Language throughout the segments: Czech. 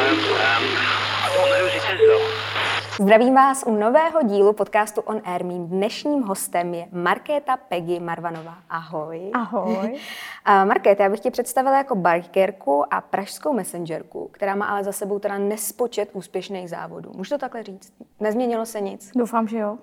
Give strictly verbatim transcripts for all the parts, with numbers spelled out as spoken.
Zdravím vás u nového dílu podcastu On Air. Mým dnešním hostem je Markéta Peggy Marvanová. Ahoj. Ahoj. Markéta, já bych tě představila jako bikerku a pražskou messengerku, která má ale za sebou teda nespočet úspěšných závodů. Můžu to takhle říct? Nezměnilo se nic? Doufám, že jo.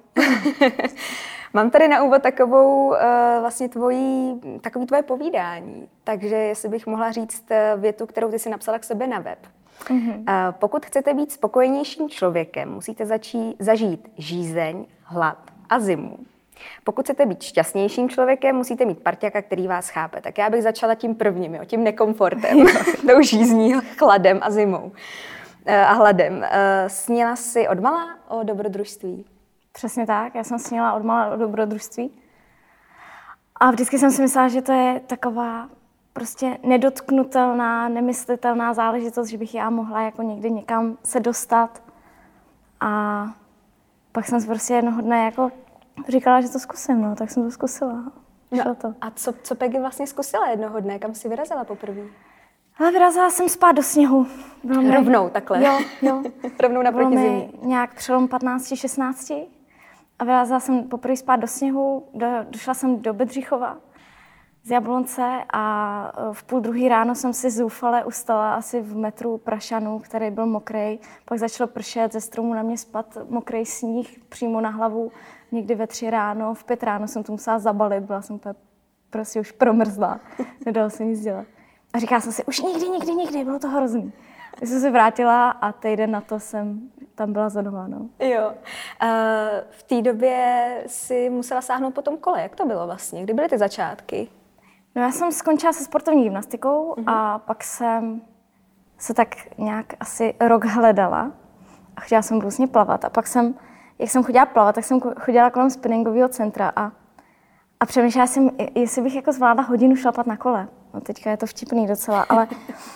Mám tady na úvod takovou vlastně tvojí, takový tvoje povídání, takže jestli bych mohla říct větu, kterou ty si napsala k sobě na web. Mm-hmm. Pokud chcete být spokojenějším člověkem, musíte začít, zažít žízeň, hlad a zimu. Pokud chcete být šťastnějším člověkem, musíte mít parťaka, který vás chápe. Tak já bych začala tím prvním, jo, tím nekomfortem, tou žízní, chladem a zimou a hladem. Sněla jsi odmala o dobrodružství? Přesně tak, já jsem sněla odmala o dobrodružství. A vždycky jsem si myslela, že to je taková prostě nedotknutelná, nemyslitelná záležitost, že bych já mohla jako někdy někam se dostat. A pak jsem si prostě jednoho dne jako říkala, že to zkusím, no, tak jsem to zkusila. No, to. A co, co Peggy vlastně zkusila jednoho dne? Kam jsi vyrazila poprvé? Ale vyrazila jsem spát do sněhu. Bylo Rovnou mi... takhle? Jo, jo. Rovnou naproti zimě. Nějak přelom patnácti šestnácti a vyrazila jsem poprvé spát do sněhu, do, došla jsem do Bedřichova z Jablonce a v půl druhý ráno jsem si zoufale ustala asi v metru Prašanů, který byl mokrej. Pak začalo pršet, ze stromu na mě spad mokrej sníh přímo na hlavu. Někdy ve tři ráno, v pět ráno jsem to musela zabalit, byla jsem prostě už promrzlá, nedala se nic dělat. A říkala jsem si, už nikdy, nikdy, nikdy, bylo to hrozný. Když jsem se vrátila a týden na to jsem tam byla znova, no. Jo. Uh, v té době si musela sáhnout po tom kole. Jak to bylo vlastně? Kdy byly ty začátky? No já jsem skončila se sportovní gymnastikou uh-huh. a pak jsem se tak nějak asi rok hledala a chtěla jsem různě plavat. A pak jsem, jak jsem chodila plavat, tak jsem chodila kolem spinningového centra a, a přemýšlela jsem, jestli bych jako zvládla hodinu šlapat na kole. No teďka je to vtipný docela, ale,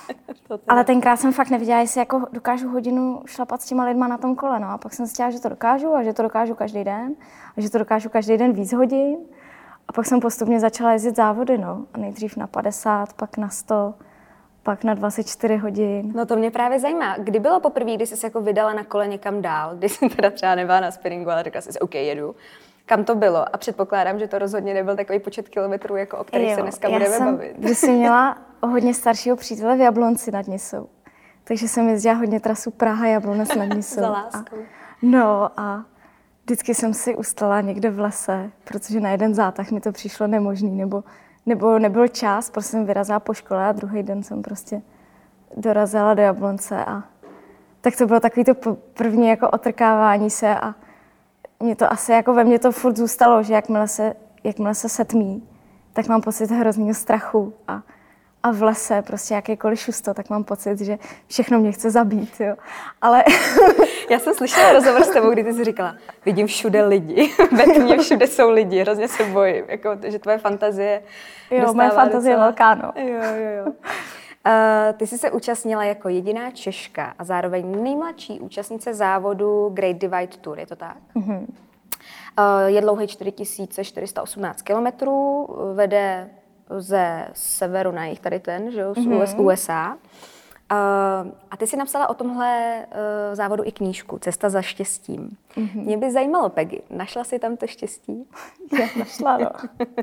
ale tenkrát jsem fakt nevěděla, jestli jako dokážu hodinu šlapat s těma lidma na tom kole. No. A pak jsem si chtěla, že to dokážu a že to dokážu každý den a že to dokážu každý den víc hodin. A pak jsem postupně začala jezdit závody, no. A nejdřív na padesát, pak na sto, pak na dvacet čtyři hodin. No to mě právě zajímá. Kdy bylo poprvé, kdy jsi se jako vydala na kole někam dál? Kdy jsi teda třeba nebyla na spinningu, ale řekla jsi, OK, jedu. Kam to bylo? A předpokládám, že to rozhodně nebyl takový počet kilometrů, jako o kterých se dneska budeme jsem, bavit. Když jsem měla hodně staršího přítele v Jablonci nad Nisou, takže jsem jezdila hodně trasu Praha-Jablonec nad Nisou. Za láskou. A, no a vždycky jsem si ustala někde v lese, protože na jeden zátah mi to přišlo nemožný, nebo, nebo nebyl čas, prostě jsem vyrazila po škole a druhý den jsem prostě dorazila do Jablonce a tak to bylo takový to první jako otrkávání se a mě to asi jako ve mně to furt zůstalo, že jakmile se, jakmile se setmí, tak mám pocit hrozného strachu a, a v lese prostě jakýkoliv šusto, tak mám pocit, že všechno mě chce zabít, jo. Ale já jsem slyšela rozhovor s tebou, kdy ty jsi říkala, vidím všude lidi, ve tmě všude jsou lidi, hrozně se bojím, jako, že tvoje fantazie Jo, moje fantazie je velká, no. Jo, jo, jo. Uh, ty jsi se účastnila jako jediná Češka a zároveň nejmladší účastnice závodu Great Divide Tour, je to tak? Mm-hmm. Uh, je dlouhý čtyři tisíce čtyři sta osmnáct kilometrů, vede ze severu na jih tady ten, že jo, z mm-hmm. U S A. Uh, a ty jsi napsala o tomhle uh, závodu i knížku Cesta za štěstím. Mm-hmm. Mě by zajímalo, Peggy, našla jsi tam to štěstí? Já našla, no.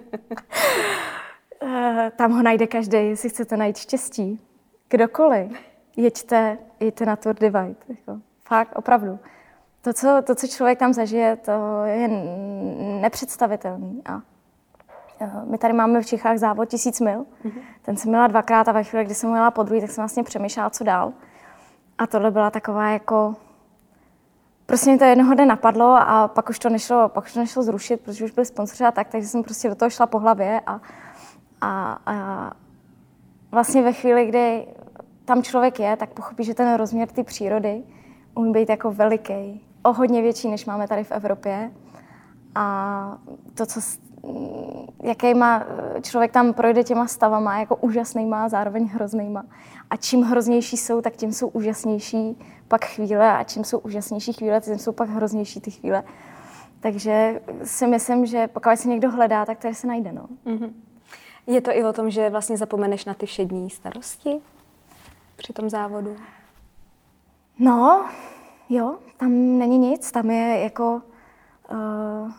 Uh, tam ho najde každý, jestli chcete najít štěstí. Kdokoliv, jeďte, jeďte na Tour Divide. Jako, fakt, opravdu. To co, to, co člověk tam zažije, to je nepředstavitelný. A uh, my tady máme v Čechách závod tisíc mil. Mm-hmm. Ten jsem měla dvakrát a ve chvíli, kdy jsem měla po druhý, tak jsem vlastně přemýšlela, co dál. A tohle byla taková jako... Prostě mě to jednoho dne napadlo a pak už to nešlo, pak už to nešlo zrušit, protože už byli sponzoři a tak, takže jsem prostě do toho šla po hlavě a A, a vlastně ve chvíli, kdy tam člověk je, tak pochopí, že ten rozměr té přírody umí být jako veliký. O hodně větší, než máme tady v Evropě. A to, co, jaký má člověk tam projde těma stavama, jako úžasnýma a zároveň hroznýma. A čím hroznější jsou, tak tím jsou úžasnější pak chvíle a čím jsou úžasnější chvíle, tím jsou pak hroznější ty chvíle. Takže si myslím, že pokud se někdo hledá, tak tady se najde. No. Mm-hmm. Je to i o tom, že vlastně zapomeneš na ty všední starosti při tom závodu? No, jo, tam není nic, tam je jako, uh,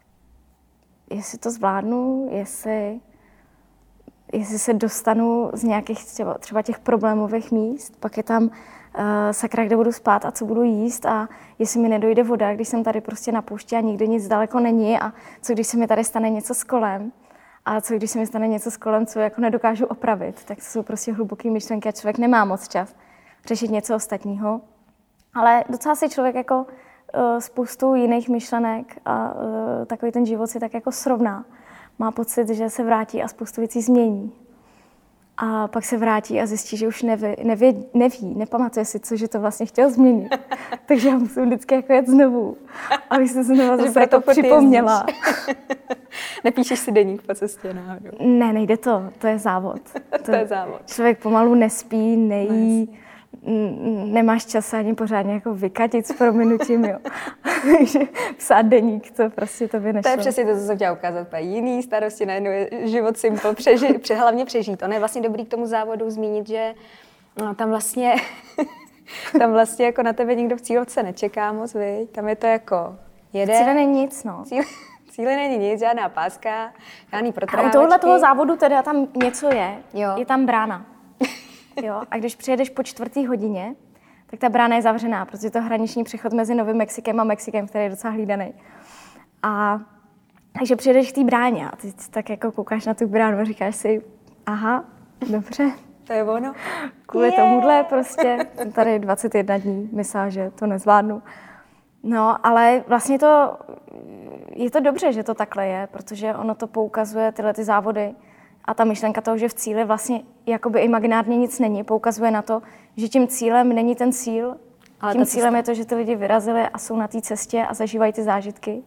jestli to zvládnu, jestli, jestli se dostanu z nějakých třeba, třeba těch problémových míst, pak je tam uh, sakra, kde budu spát a co budu jíst a jestli mi nedojde voda, když jsem tady prostě na poušti a nikde nic daleko není a co když se mi tady stane něco s kolem a co když se mi stane něco s kolem, co jako nedokážu opravit, tak to jsou prostě hluboký myšlenky a člověk nemá moc čas řešit něco ostatního. Ale docela si člověk jako uh, spoustu jiných myšlenek a uh, takový ten život si tak jako srovná. Má pocit, že se vrátí a spoustu věcí změní. A pak se vrátí a zjistí, že už neví, neví, neví nepamatuje si, co, že to vlastně chtěl změnit. Takže já musím vždycky jako jet znovu, abych se znovu zase jako připomněla. Nepíšeš si deník po cestě náhodou? Ne, nejde to, to je závod. To, to je závod. Člověk pomalu nespí, nejí, nemáš čas ani pořádně jako vykatit s prominutím, jo. Takže psát deník, to prostě to by nešlo. To je přesně to, co jsem chtěla ukázat. Jiný starosti, najednou je život simple, přeži, pře, hlavně přežít. Ono je vlastně dobrý k tomu závodu zmínit, že no, tam vlastně tam vlastně jako na tebe nikdo v cílovce nečeká moc, viď? Tam je to jako jede. Cíle není nic, no. Cíle, cíle není nic, žádná páska, žádný protrhávačky. A u tohohle toho závodu teda tam něco je, jo. Je tam brána. Jo, a když přijedeš po čtvrtý hodině, tak ta brána je zavřená, protože to je hraniční přechod mezi Novým Mexikem a Mexikem, který je docela hlídaný. A takže přijedeš k té bráně a ty tak jako koukáš na tu bránu a říkáš si, aha, dobře. To je ono. Kvůli yeah. tomuhle prostě tady dvacet jedna dní myslela, že to nezvládnu. No, ale vlastně to, je to dobře, že to takhle je, protože ono to poukazuje tyhle ty závody a ta myšlenka toho, že v cíli vlastně jakoby imaginárně nic není, poukazuje na to, že tím cílem není ten cíl, ale tím cílem je to, že ty lidi vyrazili a jsou na té cestě a zažívají ty zážitky.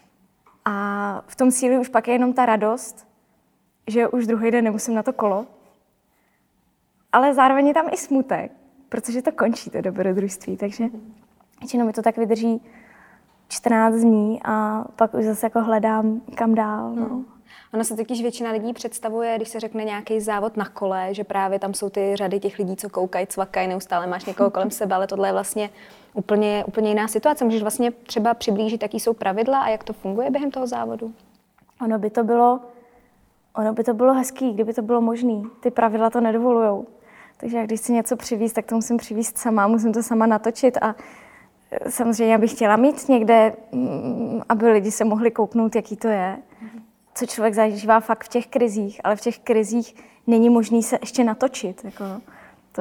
A v tom cíli už pak je jenom ta radost, že už druhý den nemusím na to kolo, ale zároveň je tam i smutek, protože to končí to dobrodružství, takže většinou mi to tak vydrží čtrnáct dní a pak už zase jako hledám, kam dál. No. Hmm. Ono se totiž většina lidí představuje, když se řekne nějaký závod na kole, že právě tam jsou ty řady těch lidí, co koukají, cvakají, neustále máš někoho kolem sebe, ale tohle je vlastně úplně, úplně jiná situace. Můžeš vlastně třeba přiblížit, jaký jsou pravidla a jak to funguje během toho závodu? Ono by to bylo, ono by to bylo hezký, kdyby to bylo možné. Ty pravidla to nedovolujou. Takže když chci něco přivízt, tak to musím přivízt sama, musím to sama natočit a samozřejmě já bych chtěla mít někde, aby lidi se mohli kouknout, jaký to je, co člověk zažívá fakt v těch krizích, ale v těch krizích není možný se ještě natočit. Jako to,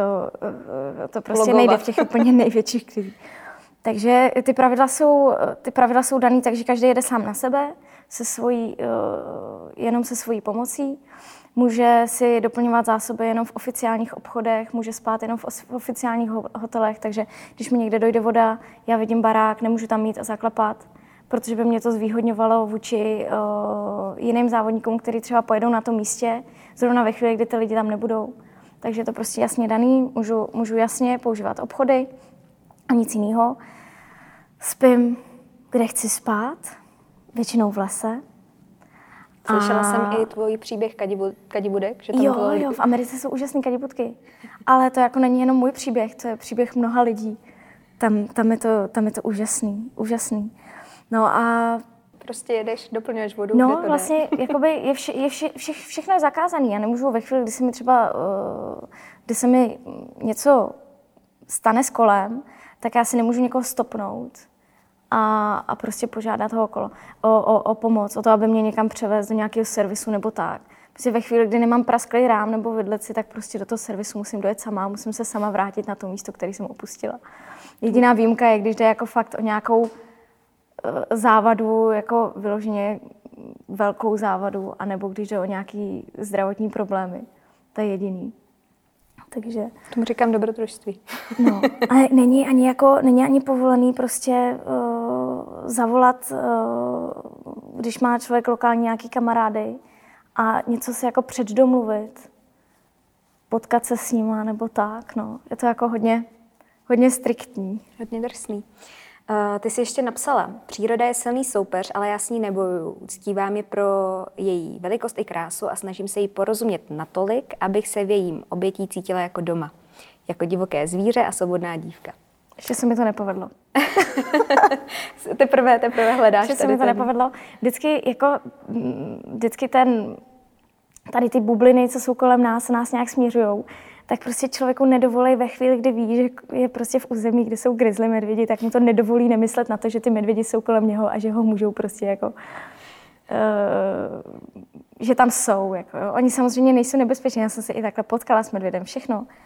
to prostě Logovat. Nejde v těch úplně největších krizích. Takže ty pravidla jsou, ty pravidla jsou daný, takže každý jede sám na sebe, se svojí, jenom se svojí pomocí. Může si doplňovat zásoby jenom v oficiálních obchodech, může spát jenom v oficiálních hotelech, takže když mi někde dojde voda, já vidím barák, nemůžu tam jít a zaklepat, protože by mě to zvýhodňovalo vůči uh, jiným závodníkům, kteří třeba pojedou na tom místě, zrovna ve chvíli, kdy ty lidi tam nebudou. Takže je to prostě jasně daný, můžu, můžu jasně používat obchody a nic jiného. Spím, kde chci spát, většinou v lese. Slyšela a... jsem i tvůj příběh kadibud, kadibudek, že tam jo, bylo... Jo, v Americe jsou úžasné kadibudky. Ale to jako není jenom můj příběh, to je příběh mnoha lidí. Tam, tam, je, to, tam je to úžasný, úžasný. No a... Prostě jedeš, doplňuješ vodu, no, kde to vlastně jakoby je, vše, je vše, vše, všechno je zakázané. Já nemůžu ve chvíli, kdy se mi třeba, kdy se mi něco stane s kolem, tak já si nemůžu někoho stopnout a, a prostě požádat ho okolo, o, o, o pomoc, o to, aby mě někam převést do nějakého servisu nebo tak. Protože ve chvíli, kdy nemám prasklý rám nebo vidlici, tak prostě do toho servisu musím dojet sama, musím se sama vrátit na to místo, které jsem opustila. Jediná výjimka je, když jde jako fakt o nějakou závadu, jako vyloženě velkou závadu, anebo když jde o nějaký zdravotní problémy. To je jediný. Takže... Tomu říkám dobrodružství. No, ale není ani, jako, není ani povolený prostě uh, zavolat, uh, když má člověk lokální nějaký kamarády a něco si jako předdomluvit, potkat se s nima nebo tak, no. Je to jako hodně, hodně striktní. Hodně drsný. Uh, ty jsi ještě napsala, příroda je silný soupeř, ale já s ní nebojuju. Uctívám je pro její velikost i krásu a snažím se jí porozumět natolik, abych se v jejím obětí cítila jako doma. Jako divoké zvíře a svobodná dívka. Ještě se mi to nepovedlo. teprve, teprve hledáš. Ještě se mi to ten... nepovedlo. Vždycky, jako, vždycky ten, tady ty bubliny, co jsou kolem nás, nás nějak směřujou, tak prostě člověku nedovolí ve chvíli, kdy ví, že je prostě v území, kde jsou grizzly medvědi, tak mu to nedovolí nemyslet na to, že ty medvědi jsou kolem něho a že ho můžou prostě jako... Uh, že tam jsou. Jako, jo. Oni samozřejmě nejsou nebezpeční. Já jsem se i takhle potkala s medvědem, všechno. Uh,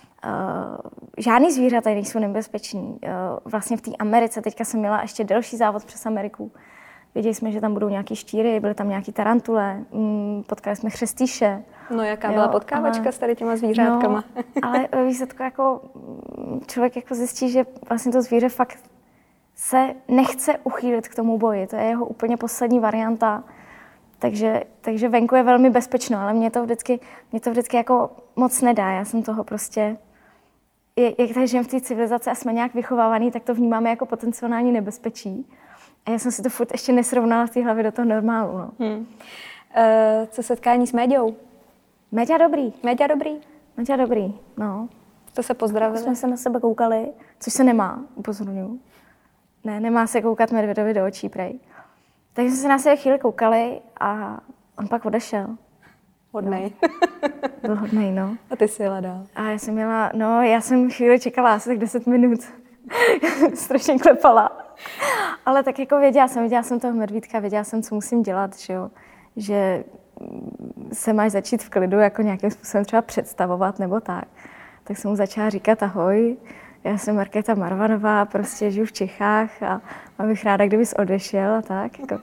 žádný zvířata nejsou nebezpeční. Uh, vlastně v té Americe, teďka jsem měla ještě delší závod přes Ameriku. Věděli jsme, že tam budou nějaký štíry, byly tam nějaký tarantule, um, potkali jsme chřestýše. No jaká jo, byla potkávačka ale, s tady těma zvířátkama? No, ale výsledku jako člověk jako zjistí, že vlastně to zvíře fakt se nechce uchýlit k tomu boji. To je jeho úplně poslední varianta. Takže, takže venku je velmi bezpečno, ale mě to vždycky, mě to vždycky jako moc nedá. Já jsem toho prostě... Jak tady žijeme v té civilizaci a jsme nějak vychovávaný, tak to vnímáme jako potenciální nebezpečí. A já jsem si to furt ještě nesrovnala v té hlavě do toho normálu. No. Hmm. Uh, co setkání s Méďou? Méďa dobrý. Méďa dobrý? Méďa dobrý, no. To se pozdravili? Jsme se na sebe koukali, což se nemá, upozorňuji. Ne, nemá se koukat medvědovi do očí, prej. Takže jsme se na sebe chvíli koukali a on pak odešel. Hodnej. No. Byl hodnej, no. A ty jsi jela dál. A já jsem jela, no, já jsem chvíli čekala, asi tak deset minut. Strašně klepala. Ale tak jako věděla jsem, věděla jsem toho medvídka, věděla jsem, co musím dělat, že jo. Že se máš začít v klidu jako nějakým způsobem třeba představovat nebo tak. Tak jsem mu začala říkat ahoj. Já jsem Markéta Marvanová, prostě žiju v Čechách a mám bych ráda, kdybys odešel a tak. Jako.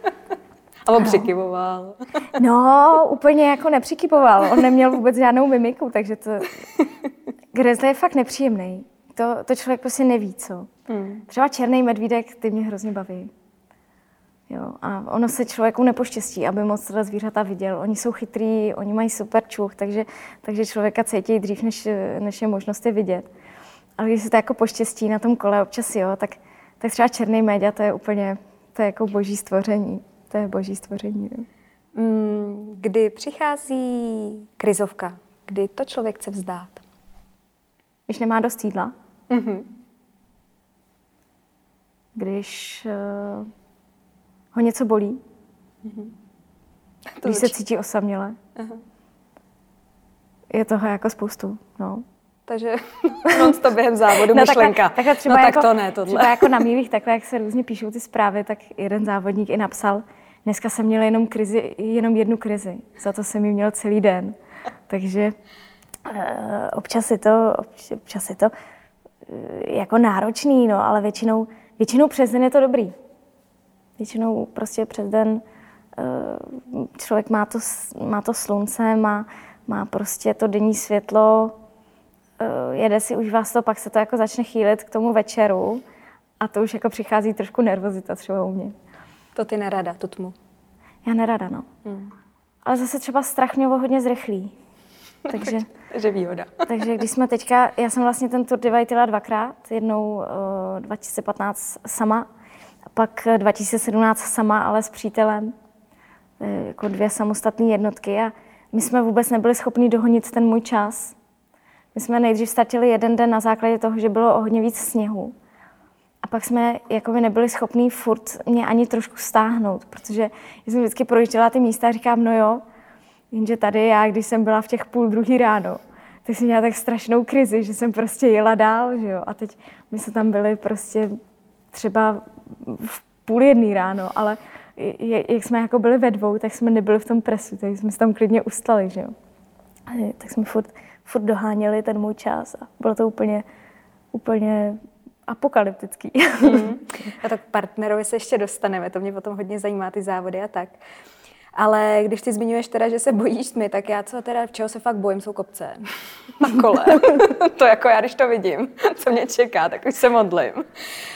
A on no. přikyvoval. No, úplně jako nepřikyvoval. On neměl vůbec žádnou mimiku, takže to... Grizzly je fakt nepříjemný. To, to člověk prostě neví, co. Hmm. Třeba černý medvídek, ty mě hrozně baví. Jo, a ono se člověku nepoštěstí, aby moc teda zvířata viděl. Oni jsou chytrý, oni mají super čuch, takže, takže člověka cítí dřív, než, než je možnost je vidět. Ale když se to jako poštěstí na tom kole občas, jo, tak, tak třeba černý méďa, to je úplně, to je jako boží stvoření. To je boží stvoření. Jo. Kdy přichází krizovka, kdy to člověk chce vzdát? Když nemá dost jídla. Mm-hmm. Když uh, ho něco bolí. Mm-hmm. Když se cítí osaměle. Uh-huh. Je toho jako spoustu, no. Takže non-stop během závodu no, myšlenka. Takhle, takhle třeba no tak jako, to ne, tohle. Třeba jako na mýlích, takhle jak se různě píšou ty zprávy, tak jeden závodník i napsal, dneska jsem měl jenom, krizi, jenom jednu krizi, za to jsem ji měl celý den. Takže uh, občas je to, občas je to uh, jako náročný, no, ale většinou, většinou přes den je to dobrý. Většinou prostě přes den uh, člověk má to, má to slunce, má, má prostě to denní světlo, jede si, už vás to, pak se to jako začne chýlit k tomu večeru a to už jako přichází trošku nervozita třeba u mě. To ty nerada, tu tmu? Já nerada, no. Hmm. Ale zase třeba strach mě hodně zrychlí. Takže, takže výhoda. Takže když jsme teďka, já jsem vlastně ten Tour Divide jela dvakrát, jednou uh, dva tisíce patnáct sama, a pak dva tisíce sedmnáct sama, ale s přítelem, jako dvě samostatné jednotky a my jsme vůbec nebyli schopni dohonit ten můj čas. My jsme nejdřív startili jeden den na základě toho, že bylo o hodně víc sněhu. A pak jsme jakoby nebyli schopní furt mě ani trošku stáhnout, protože jsem vždycky projížděla ty místa a říkám, no jo, jenže tady já, když jsem byla v těch půl druhý ráno, tak jsem měla tak strašnou krizi, že jsem prostě jela dál, že jo. A teď my jsme tam byli prostě třeba v půl jedný ráno, ale jak jsme jako byli ve dvou, tak jsme nebyli v tom presu, takže jsme se tam klidně ustali, že jo. A tak jsme furt furt doháněli ten můj čas a bylo to úplně, úplně apokalyptický. Mm. A tak partnerovi se ještě dostaneme, to mě potom hodně zajímá, ty závody a tak. Ale když ty zmiňuješ teda, že se bojíš tmy, tak já co teda, čeho se fakt bojím, jsou kopce na kole. To jako já, když to vidím, co mě čeká, tak už se modlím. Uh,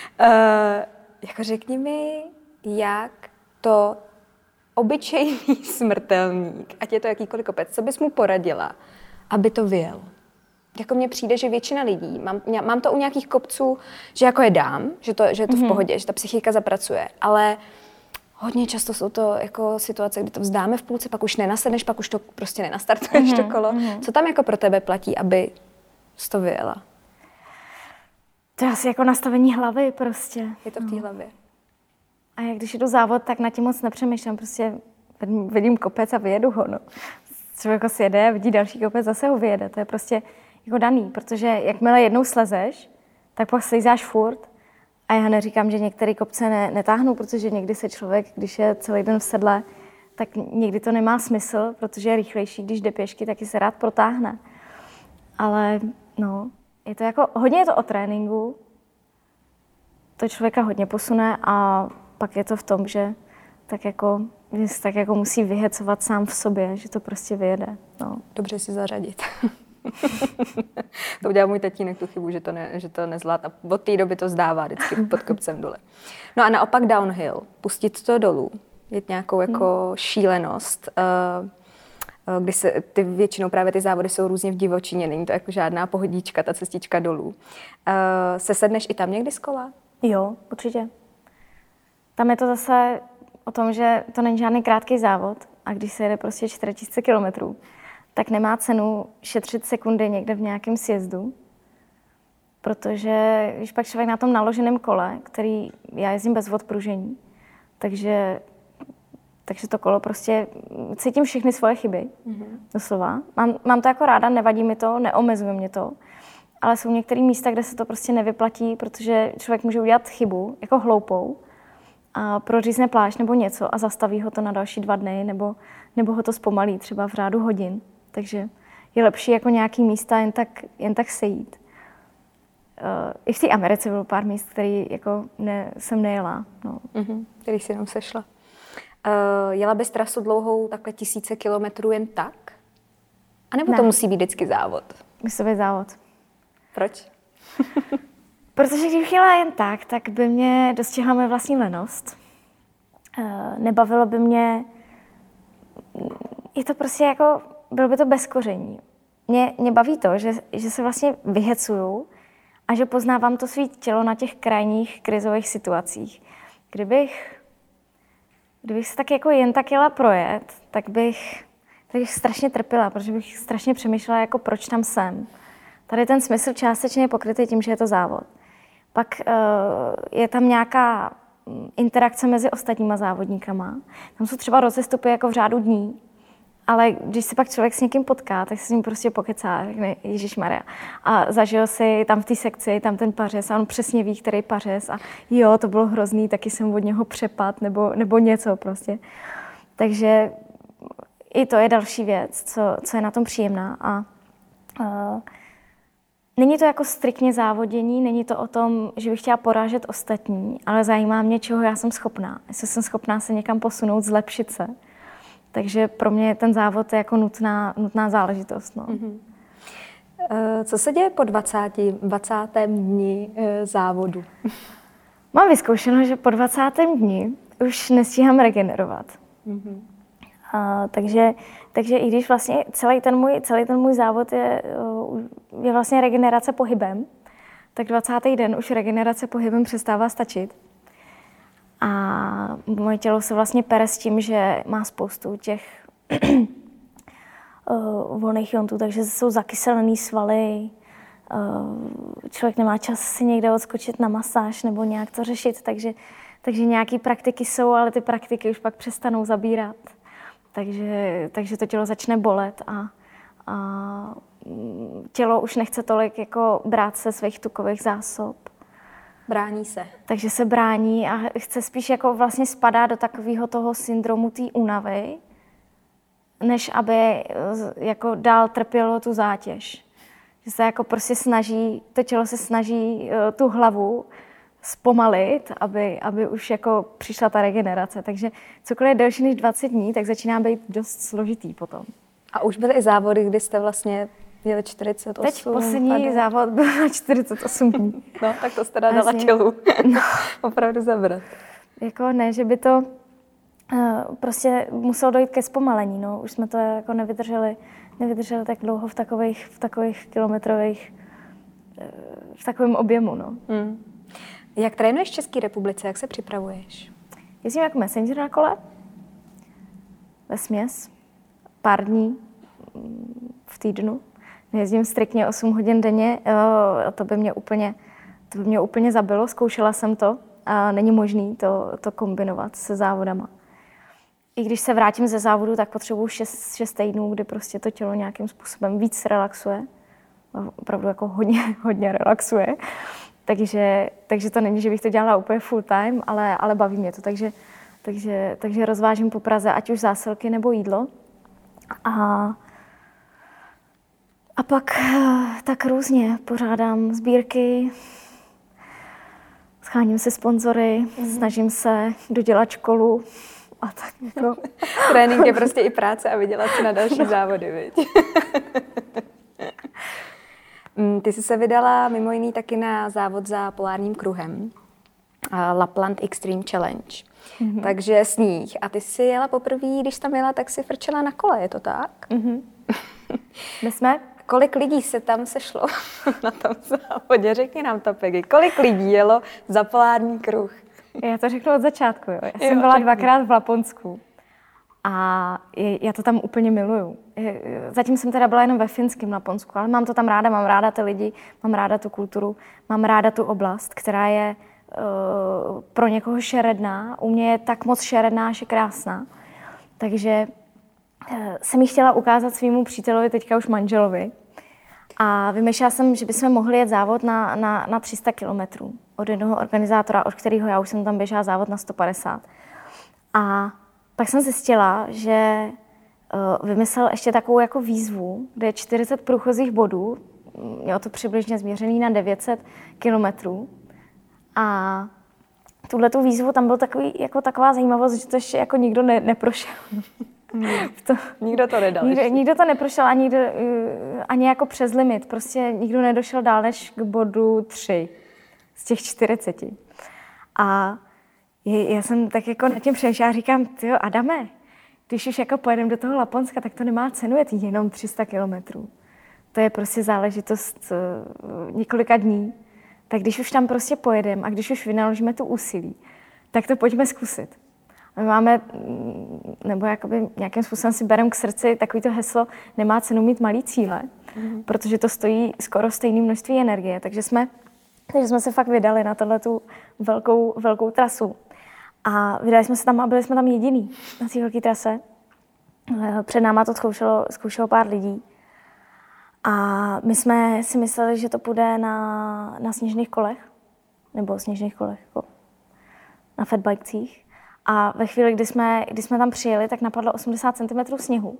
jako řekni mi, jak to obyčejný smrtelník, ať je to jakýkoliv kopec, co bys mu poradila, aby to vyjel? Jako mně přijde, že většina lidí, mám, mám to u nějakých kopců, že jako je dám, že, to, že je to mm-hmm. v pohodě, že ta psychika zapracuje, ale hodně často jsou to jako situace, kdy to vzdáme v půlce, pak už nenasedneš, pak už to prostě nenastartuješ mm-hmm. to kolo. Mm-hmm. Co tam jako pro tebe platí, aby to vyjela? To je asi jako nastavení hlavy prostě. Je to v té hlavě. A jak když jdu závod, tak na tím moc nepřemýšlím. Prostě vidím kopec a vyjedu ho. No. Člověk si jede, vidí další kopec, zase ho vyjede. To je prostě jako daný, protože jakmile jednou slezeš, tak pak slízáš furt. A já neříkám, že některé kopce ne, netáhnou, protože někdy se člověk, když je celý den v sedle, tak někdy to nemá smysl, protože je rychlejší, když jde pěšky, taky se rád protáhne. Ale no, je to jako, hodně je to o tréninku, to člověka hodně posune a pak je to v tom, že tak jako, že se tak jako musí vyhecovat sám v sobě, že to prostě vyjede. No. Dobře si zařadit. To udělal můj tatínek tu chybu, že to, ne, že to nezvládá. Od té doby to zdává vždycky pod kopcem dole. No a naopak downhill, pustit to dolů, je nějakou jako hmm. šílenost. Kdy se, ty většinou právě ty závody jsou různě v divočině, není to jako žádná pohodička, ta cestička dolů. Sesedneš i tam někdy z kola? Jo, určitě. Tam je to zase o tom, že to není žádný krátký závod a když se jede prostě čtyři tisíce kilometrů, tak nemá cenu šetřit sekundy někde v nějakém sjezdu, protože když pak člověk na tom naloženém kole, který já jezdím bez odpružení, takže, takže to kolo prostě cítím všechny svoje chyby, mm-hmm. doslova. Mám, mám to jako ráda, nevadí mi to, neomezuje mě to, ale jsou některé místa, kde se to prostě nevyplatí, protože člověk může udělat chybu, jako hloupou, a prořízne plášť nebo něco a zastaví ho to na další dva dny, nebo, nebo ho to zpomalí třeba v řádu hodin. Takže je lepší jako nějaký místa jen tak, jen tak sejít. Uh, I v té Americe bylo pár míst, který jako ne, jsem nejela. No. Mm-hmm, který si jenom sešla. Uh, jela bys trasu dlouhou takhle tisíce kilometrů jen tak? A nebo ne. To musí být vždycky závod? Musí to být závod. Proč? Protože když jela jen tak, tak by mě dostihla moje vlastní lenost. Uh, nebavilo by mě... Je to prostě jako... Bylo by to bez koření. Mě, mě baví to, že, že se vlastně vyhecuju a že poznávám to své tělo na těch krajních krizových situacích. Kdybych, kdybych se tak jako jen tak jela projet, tak bych, tak bych strašně trpěla, protože bych strašně přemýšlela, jako proč tam jsem. Tady ten smysl částečně je pokrytý tím, že je to závod. Pak uh, je tam nějaká interakce mezi ostatníma závodníkama. Tam jsou třeba rozestupy jako v řádu dní, ale když se pak člověk s někým potká, tak se s ním prostě pokecá, řekne ježišmarja. A zažil si tam v té sekci, tam ten pařez a on přesně ví, který pařez a jo, to bylo hrozný, taky jsem od něho přepad nebo, nebo něco prostě. Takže i to je další věc, co, co je na tom příjemná. A, uh, není to jako striktně závodění, není to o tom, že bych chtěla porážet ostatní, ale zajímá mě, čeho já jsem schopná. Jestli jsem schopná se někam posunout, zlepšit se. Takže pro mě ten závod je jako nutná, nutná záležitost. No. Mm-hmm. Co se děje po dvacátém dvacátém dni závodu? Mám vyzkoušeno, že po dvacátém dni už nestíhám regenerovat. Mm-hmm. A, takže, takže i když vlastně celý ten můj, celý ten můj závod je, je vlastně regenerace pohybem, tak dvacátý den už regenerace pohybem přestává stačit. A moje tělo se vlastně pere s tím, že má spoustu těch uh, volných iontů, takže jsou zakyselený svaly. Uh, člověk nemá čas si někde odskočit na masáž nebo nějak to řešit, takže, takže nějaké praktiky jsou, ale ty praktiky už pak přestanou zabírat. Takže, takže to tělo začne bolet a, a tělo už nechce tolik jako brát se svých tukových zásob. Brání se. Takže se brání a chce spíš jako vlastně spadá do takového toho syndromu té únavy, než aby jako dál trpělo tu zátěž. Že se jako prostě snaží, to tělo se snaží tu hlavu zpomalit, aby, aby už jako přišla ta regenerace. Takže cokoliv je delší než dvacet dní, tak začíná být dost složitý potom. A už byly i závody, kdy jste vlastně jeli čtyřicet osm. Teď poslední a závod byl na čtyřicet osm dní. No, tak to jste dala vlastně tělu. No. Opravdu zabrat. Jako ne, že by to uh, prostě muselo dojít ke zpomalení. No. Už jsme to jako nevydrželi, nevydrželi tak dlouho v takových, v takových kilometrových, uh, v takovém objemu. No. Hmm. Jak trénuješ v České republice? Jak se připravuješ? Jezdím jako messenger na kole. Vesměs. Pár dní v týdnu. Jezdím striktně osm hodin denně, to by mě úplně, To by mě úplně zabilo, zkoušela jsem to a není možný to, to kombinovat se závodama. I když se vrátím ze závodu, tak potřebuji šest týdnů, kdy prostě to tělo nějakým způsobem víc relaxuje. Opravdu jako hodně, hodně relaxuje. Takže, takže to není, že bych to dělala úplně full time, ale, ale baví mě to. Takže, takže, takže rozvážím po Praze, ať už zásilky nebo jídlo. A, a pak tak různě pořádám sbírky, scháním si sponzory, mm-hmm. snažím se dodělat školu. A tak jako. Trénink je prostě i práce a vydělat si na další no. závody, viď? Ty jsi se vydala mimo jiný taky na závod za polárním kruhem. Lapland Extreme Challenge. Mm-hmm. Takže sníh. A ty jsi jela poprvé, když tam jela, tak si frčela na kole, je to tak? Mm-hmm. My jsme... Kolik lidí se tam sešlo na tom závodě? Řekni nám to, Peggy. Kolik lidí jelo za polární kruh? Já to řeknu od začátku. Jo. Já jo, jsem byla dvakrát v Laponsku a je, já to tam úplně miluju. Je, zatím jsem teda byla jenom ve finském Laponsku, ale mám to tam ráda, mám ráda ty lidi, mám ráda tu kulturu, mám ráda tu oblast, která je uh, pro někoho šeredná. U mě je tak moc šeredná, že krásná. Takže uh, jsem ji chtěla ukázat svýmu přítelovi, teďka už manželovi. A vymýšlela jsem, že bychom mohli jet závod na, na, na tři sta kilometrů od jednoho organizátora, od kterého já už jsem tam běžela závod na sto padesát. A pak jsem zjistila, že uh, vymyslel ještě takovou jako výzvu, kde je čtyřicet průchozích bodů, mělo to přibližně změřený na devět set kilometrů. A tuhletu výzvu tam byl takový, jako taková zajímavost, že to ještě jako nikdo ne, neprošel. To, nikdo to nedal. Nikdo, nikdo to neprošel ani, ani jako přes limit. Prostě nikdo nedošel dál než k bodu tři z těch čtyřiceti. A je, já jsem tak jako nad tím přemýšlela a říkám, tyjo, Adame, když už jako pojedeme do toho Laponska, tak to nemá cenu jet jenom tři sta kilometrů. To je prostě záležitost uh, několika dní. Tak když už tam prostě pojedeme a když už vynaložíme tu úsilí, tak to pojďme zkusit. My máme, nebo jakoby nějakým způsobem si bereme k srdci takovýto heslo, nemá cenu mít malý cíle, mm-hmm. protože to stojí skoro stejné množství energie. Takže jsme, takže jsme se fakt vydali na tohletu velkou, velkou trasu. A vydali jsme se tam a byli jsme tam jediný na té velké trase. Před náma to zkoušelo, zkoušelo pár lidí. A my jsme si mysleli, že to půjde na, na sněžných kolech, nebo sněžných kolech, jako na fatbikecích. A ve chvíli, kdy jsme, kdy jsme tam přijeli, tak napadlo osmdesát centimetrů sněhu.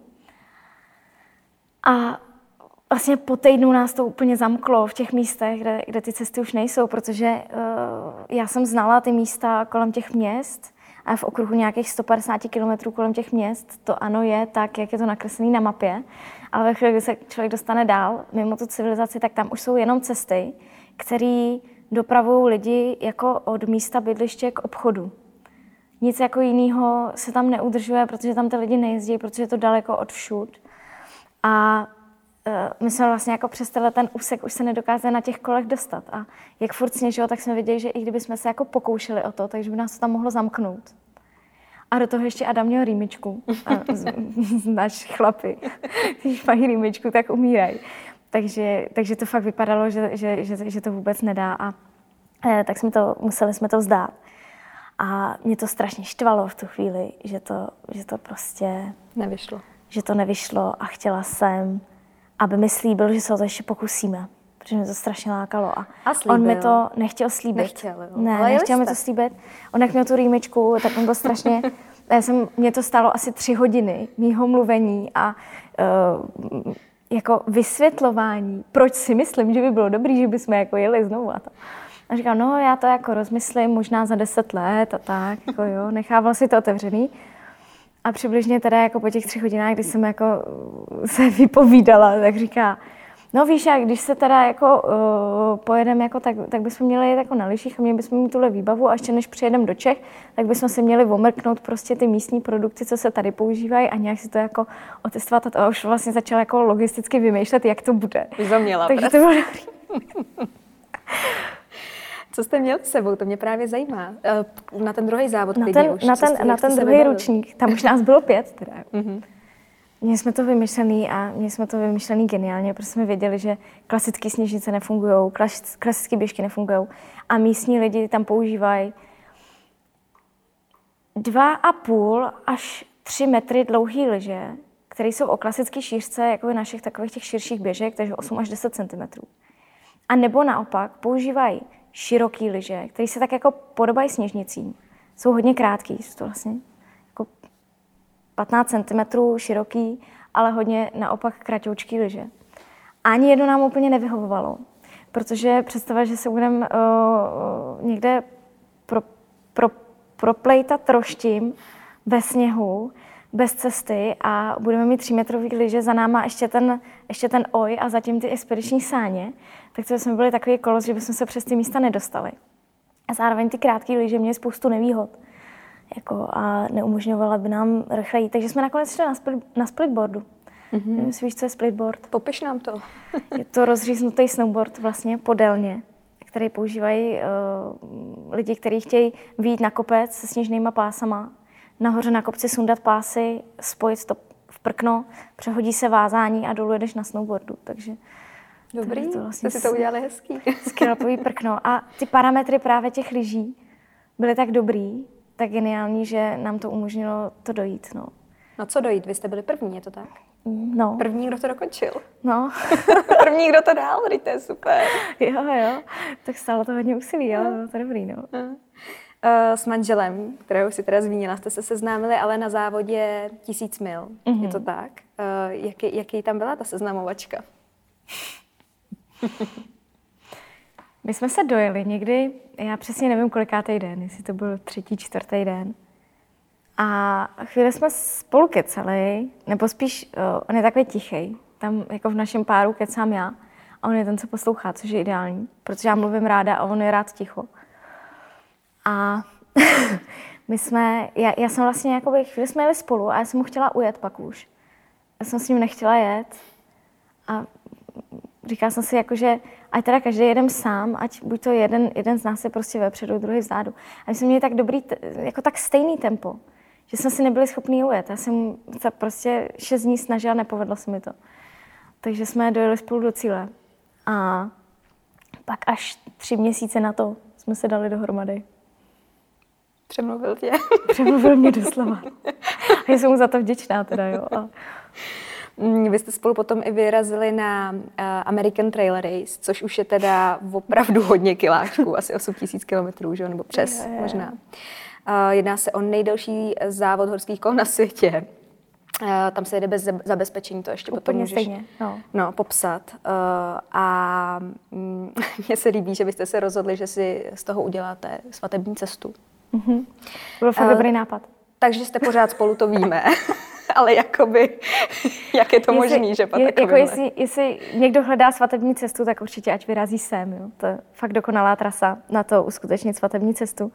A vlastně po týdnu nás to úplně zamklo v těch místech, kde, kde ty cesty už nejsou, protože uh, já jsem znala ty místa kolem těch měst a v okruhu nějakých sto padesát kilometrů kolem těch měst to ano je tak, jak je to nakreslené na mapě, ale ve chvíli, kdy se člověk dostane dál, mimo tu civilizaci, tak tam už jsou jenom cesty, které dopravují lidi jako od místa bydliště k obchodu. Nic jako jiného se tam neudržuje, protože tam ty lidi nejezdí, protože je to daleko od všud. A uh, my jsme vlastně jako přes ten úsek už se nedokázali na těch kolech dostat. A jak furt sněžilo, tak jsme viděli, že i kdyby jsme se jako pokoušeli o to, takže by nás to tam mohlo zamknout. A do toho ještě Adam měl rýmičku. Znáš chlapy, když mají rýmičku, tak umírají. Takže, takže to fakt vypadalo, že, že, že, že to vůbec nedá. A eh, tak jsme to, museli jsme to vzdát. A mě to strašně štvalo v tu chvíli, že to, že to prostě nevyšlo. Že to nevyšlo a chtěla jsem, aby mi slíbil, že se o to ještě pokusíme, protože mě to strašně lákalo. A, a on mi to nechtěl slíbit. Nechtěl, jo. Ne, ale nechtěl mi to slíbit. On jak měl tu rýmičku, tak on byl strašně... Já jsem, mě to stálo asi tři hodiny mýho mluvení a uh, jako vysvětlování, proč si myslím, že by bylo dobrý, že bychom jako jeli znovu a to. A říkal, no já to jako rozmyslím možná za deset let a tak, jako jo, nechával si to otevřený. A přibližně teda jako po těch třech hodinách, když jsem jako se vypovídala, tak říká, no víš, jak když se teda jako uh, pojedeme, jako, tak, tak bychom měli jít jako na lyžích a měli bychom mít tuhle výbavu a ještě než přijedeme do Čech, tak bychom si měli omrknout prostě ty místní produkty, co se tady používají a nějak si to jako otestovat a už vlastně začala jako logisticky vymýšlet, jak to bude. Vyzoměla. Takže to bylo dobrý. Co jste měl s sebou? To mě právě zajímá. Na ten druhý závod na klidně ten, už. Na ten, jste, na ten druhý ručník. Tam už nás bylo pět. Teda. Mm-hmm. Měli jsme to vymyšlený a měli jsme to vymyšlený geniálně, protože jsme věděli, že klasické sněžnice nefungují, klas, klasické běžky nefungují a místní lidi tam používají dva a půl až tři metry dlouhý lyže, které jsou o klasické šířce jako našich takových těch širších běžek, takže osm až deset centimetrů. A nebo naopak používají široký lyže, které se tak jako podobají sněžnicím. Jsou hodně krátký, jsou to vlastně jako patnáct centimetrů široký, ale hodně naopak kratoučký lyže. Ani jedno nám úplně nevyhovovalo, protože představa, že se budeme uh, někde pro, pro, proplejtat troštím ve sněhu, bez cesty a budeme mít třímetrový lyže, za náma ještě ten, ještě ten oj a zatím ty expediční sáně, tak to jsme byli takový kolos, že bychom se přes ty místa nedostali. A zároveň ty krátké lyže měly spoustu nevýhod. Jako, a neumožňovala by nám rychle jít. Takže jsme nakonec šli na, split, na splitboardu. Mm-hmm. Nevím, jestli víš, co je splitboard. Popiš nám to. Je to rozříznutý snowboard vlastně podélně, který používají uh, lidi, kteří chtějí vyjít na kopec se sněžnýma pásama, nahoře na kopci sundat pásy, spojit to v prkno, přehodí se vázání a dolů jedeš na snowboardu. Takže dobrý, to vlastně jste si to udělali hezký. Skvělý prkno. A ty parametry právě těch lyží byly tak dobrý, tak geniální, že nám to umožnilo to dojít. No, no co dojít? Vy jste byli první, je to tak? No. První, kdo to dokončil. No. První, kdo to dál, to je super. Jo, jo. Tak stálo to hodně úsilí, ale bylo to dobrý, no. Uh. S manželem, kterého si teda zmínila, jste se seznámili, ale na závodě tisíc mil. Mm-hmm. Je to tak? Jaký, jaký tam byla ta seznamovačka? My jsme se dojeli někdy, já přesně nevím, kolikátej den, jestli to byl třetí, čtvrtý den. A chvíli jsme spolu kecali, nebo spíš uh, on je takový tichý. Tam jako v našem páru kecám já a on je ten, co poslouchá, což je ideální, protože já mluvím ráda a on je rád ticho. A my jsme, já, já jsem vlastně jakoby, chvíli jsme jeli spolu a já jsem mu chtěla ujet pak už. Já jsem s ním nechtěla jet a říkala jsem si, jako, že ať teda každý jedem sám, ať buď to jeden, jeden z nás je prostě vepředu, druhý vzadu. A my jsme měli tak dobrý, jako tak stejný tempo, že jsme si nebyli schopni ujet. Já jsem se prostě šest dní snažila, nepovedlo se mi to. Takže jsme dojeli spolu do cíle. A pak až tři měsíce na to jsme se dali dohromady. Přemluvil tě. Přemluvil mě doslova. A jsem mu za to vděčná teda, jo. A... Vy jste spolu potom i vyrazili na uh, American Trail Race, což už je teda opravdu hodně kiláčků, asi osm tisíc kilometrů, že? Nebo přes je, je. možná. Uh, jedná se o nejdelší závod horských kol na světě. Uh, tam se jede bez zabezpečení, to ještě úplně potom můžeš stejně, no. No, popsat. Uh, a mm, mně se líbí, že byste se rozhodli, že si z toho uděláte svatební cestu. Mm-hmm. Byl fakt uh, dobrý nápad. Takže jste pořád spolu, to víme. Ale jakoby, jak je to jestli, možný, že je, jako jestli, jestli někdo hledá svatební cestu, tak určitě ať vyrazí sem. Jo. To je fakt dokonalá trasa na to uskutečnit svatební cestu.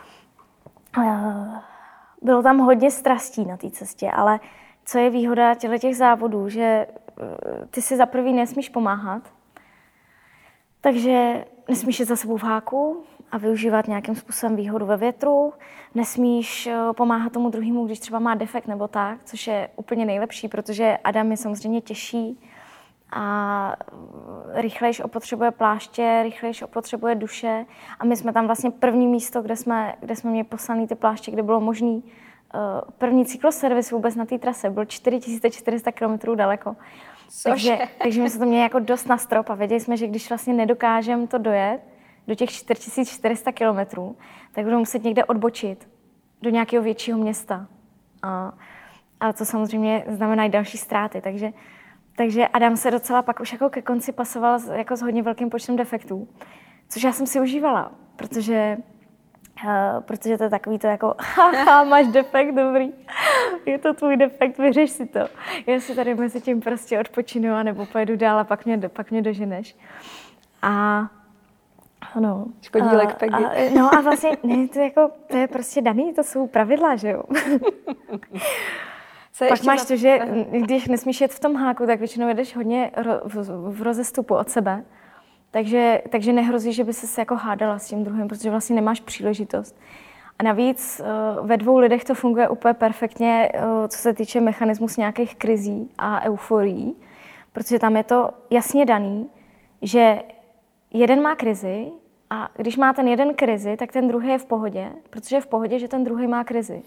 Bylo tam hodně strastí na té cestě, ale co je výhoda těch závodů, že ty si za prvý nesmíš pomáhat, takže nesmíš jít za sebou v háku a využívat nějakým způsobem výhodu ve větru. Nesmíš pomáhat tomu druhému, když třeba má defekt nebo tak, což je úplně nejlepší, protože Adam je samozřejmě těžší a rychlejš opotřebuje pláště, rychlejš opotřebuje duše. A my jsme tam vlastně první místo, kde jsme, kde jsme měli poslaný ty pláště, kde bylo možný první cykloservis vůbec na té trase, byl čtyři tisíce čtyři sta kilometrů daleko. Takže, takže my jsme to měli jako dost na strop a věděli jsme, že když vlastně nedokážeme to dojet do těch čtyři tisíce čtyři sta kilometrů, tak budeme muset někde odbočit do nějakého většího města. A, a to samozřejmě znamená i další ztráty. Takže, takže Adam se docela pak už jako ke konci pasoval s, jako s hodně velkým počtem defektů, což já jsem si užívala, protože Uh, protože to je takový to jako haha, máš defekt, dobrý, je to tvůj defekt, vyřeš si to. Já si tady mezi tím prostě odpočinu a nebo pojedu dál a pak mě, pak mě doženeš. A no. Škodílek Peggy. A, no a vlastně, ne, to, je jako, to je prostě daný, to jsou pravidla, že jo. Co pak máš za... to, že když nesmíš jet v tom háku, tak většinou jedeš hodně ro, v, v rozestupu od sebe. Takže, takže nehrozí, že by ses jako hádala s tím druhým, protože vlastně nemáš příležitost. A navíc ve dvou lidech to funguje úplně perfektně, co se týče mechanismus nějakých krizí a euforií, protože tam je to jasně daný, že jeden má krizi a když má ten jeden krizi, tak ten druhý je v pohodě, protože je v pohodě, že ten druhý má krizi.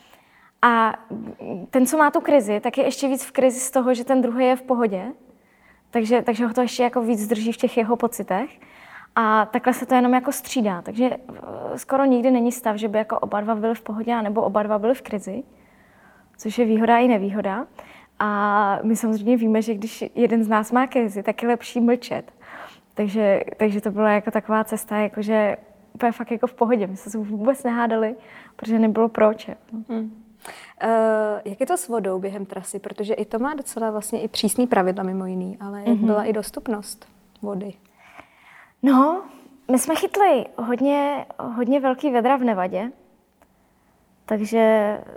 A ten, co má tu krizi, tak je ještě víc v krizi z toho, že ten druhý je v pohodě, takže, takže ho to ještě jako víc drží v těch jeho pocitech. A takhle se to jenom jako střídá, takže skoro nikdy není stav, že by jako oba dva byli v pohodě, nebo oba dva byli v krizi, což je výhoda i nevýhoda. A my samozřejmě víme, že když jeden z nás má krizi, tak je lepší mlčet. Takže, takže to byla jako taková cesta, jakože úplně fakt jako v pohodě. My jsme se vůbec nehádali, protože nebylo proč. Hmm. Uh, jak je to s vodou během trasy? Protože i to má docela vlastně i přísný pravidla mimo jiný, ale jak mm-hmm. byla i dostupnost vody? No, my jsme chytli hodně, hodně velký vedra v Nevadě, takže,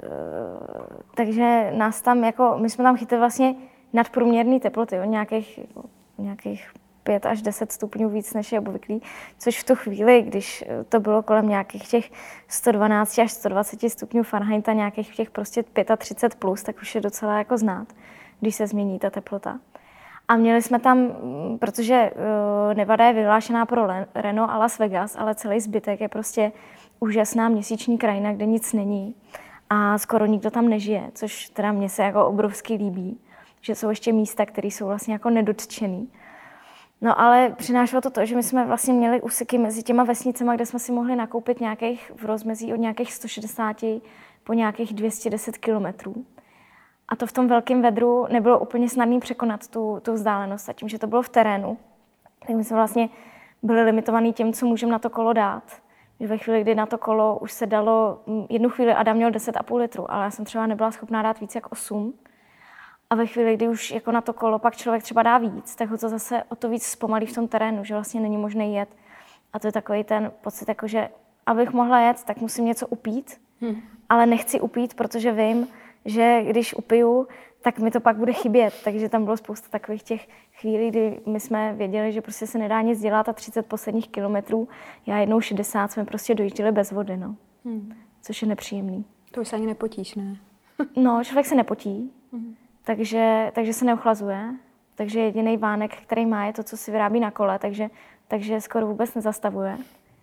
takže nás tam jako, my jsme tam chytli vlastně nadprůměrné teploty, jo, nějakých, nějakých pět až deset stupňů víc, než je obvyklý, což v tu chvíli, když to bylo kolem nějakých těch sto dvanáct až sto dvacet stupňů Fahrenheita, nějakých těch prostě třicet pět plus, tak už je docela jako znát, když se změní ta teplota. A měli jsme tam, protože Nevada je vyhlášená pro Reno a Las Vegas, ale celý zbytek je prostě úžasná měsíční krajina, kde nic není a skoro nikdo tam nežije, což teda mně se jako obrovsky líbí, že jsou ještě místa, které jsou vlastně jako nedotčený. No ale přinášelo to to, že my jsme vlastně měli úseky mezi těma vesnicema, kde jsme si mohli nakoupit nějakých v rozmezí od nějakých sto šedesát po nějakých dvě stě deset kilometrů. A to v tom velkém vedru nebylo úplně snadné překonat tu, tu vzdálenost. A tím, že to bylo v terénu, tak my jsme vlastně byli limitovaní tím, co můžeme na to kolo dát. Že ve chvíli, kdy na to kolo už se dalo, jednu chvíli Adam měl deset a půl litru, ale já jsem třeba nebyla schopná dát víc jak osm. A ve chvíli, kdy už jako na to kolo pak člověk třeba dá víc, tak ho to zase o to víc zpomalí v tom terénu, že vlastně není možné jet. A to je takový ten pocit, jako že abych mohla jet, tak musím něco upít, hmm. ale nechci upít, protože vím, že když upiju, tak mi to pak bude chybět. Takže tam bylo spousta takových těch chvílí, kdy my jsme věděli, že prostě se nedá nic dělat a třicet posledních kilometrů, já jednou šedesát jsme prostě dojížděli bez vody, no. Hmm. Což je nepříjemný. To už se ani nepotíš, ne? No, člověk se nepotí, hmm. takže, takže se neochlazuje. Takže jediný vánek, který má, je to, co si vyrábí na kole, takže, takže skoro vůbec nezastavuje.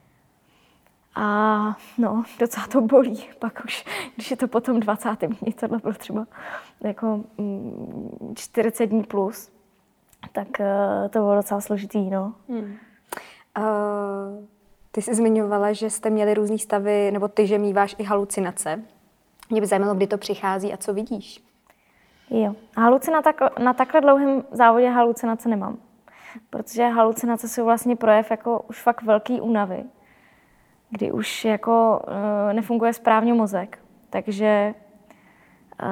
A no, docela to bolí. Pak už, když je to potom dvacátém dní, tohle bylo třeba jako čtyřicet dní plus, tak uh, to bylo docela složitý, no. Hmm. Uh, ty jsi zmiňovala, že jste měli různý stavy, nebo ty, že míváš i halucinace. Mě by zajímalo, kdy to přichází a co vidíš. Jo, halucina tak, na takhle dlouhém závodě halucinace nemám. Protože halucinace jsou vlastně projev jako už fakt velký únavy, kdy už jako uh, nefunguje správně mozek. Takže uh,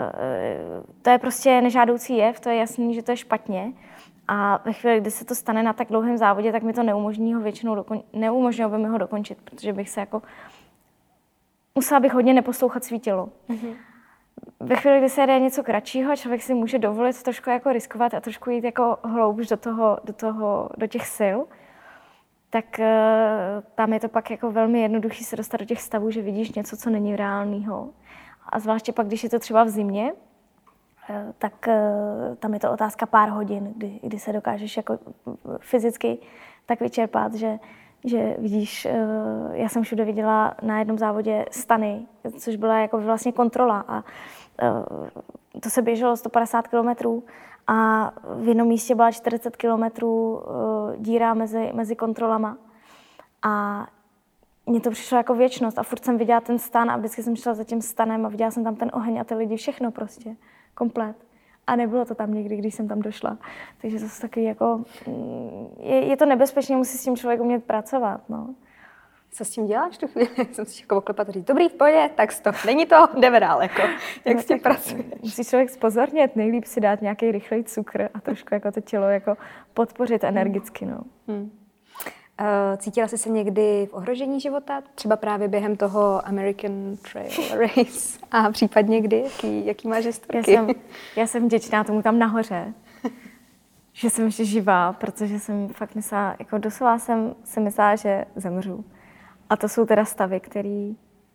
to je prostě nežádoucí jev, to je jasný, že to je špatně. A ve chvíli, kdy se to stane na tak dlouhém závodě, tak mi to neumožní ho většinou dokon- neumožnilo by mi ho dokončit, protože bych se jako musela bych hodně neposlouchat svý tělo. Mm-hmm. Ve chvíli, kdy se jede něco kratšího, člověk si může dovolit trošku jako riskovat a trošku jít jako hloubš do toho, do toho, do těch sil, tak uh, tam je to pak jako velmi jednoduchý se dostat do těch stavů, že vidíš něco, co není reálného. A zvláště pak, když je to třeba v zimě, uh, tak uh, tam je to otázka pár hodin, kdy, kdy se dokážeš jako fyzicky tak vyčerpat, že, že vidíš, uh, já jsem všude viděla na jednom závodě stany, což byla jako vlastně kontrola a uh, to se běželo sto padesát kilometrů a v jednom místě byla čtyřicet kilometrů uh, díra mezi, mezi kontrolama. A mně to přišlo jako věčnost a furt jsem viděla ten stan a vždycky jsem šla za tím stanem a viděla jsem tam ten oheň a ty lidi, všechno prostě, komplet. A nebylo to tam někdy, když jsem tam došla. Takže to jsou takový jako, je, je to nebezpečné, musí s tím člověk umět pracovat, no. Co s tím děláš tu chvíli? Jsem si jako oklepat a říct, dobrý, v pohodě, tak stop, není to, jdeme dál, jako. Jak no, s tím pracuješ? Musí člověk zpozornět, nejlíp si dát nějaký rychlej cukr a trošku jako to tělo jako podpořit energicky, no. Hmm. Uh, cítila jsi se někdy v ohrožení života? Třeba právě během toho American Trail Race a případně kdy? Jaký, jaký máš historky? Já jsem, já jsem vděčná tomu tam nahoře, že jsem ještě živá, protože jsem fakt myslela, jako doslova jsem si myslela, že zemřu. A to jsou teda stavy, který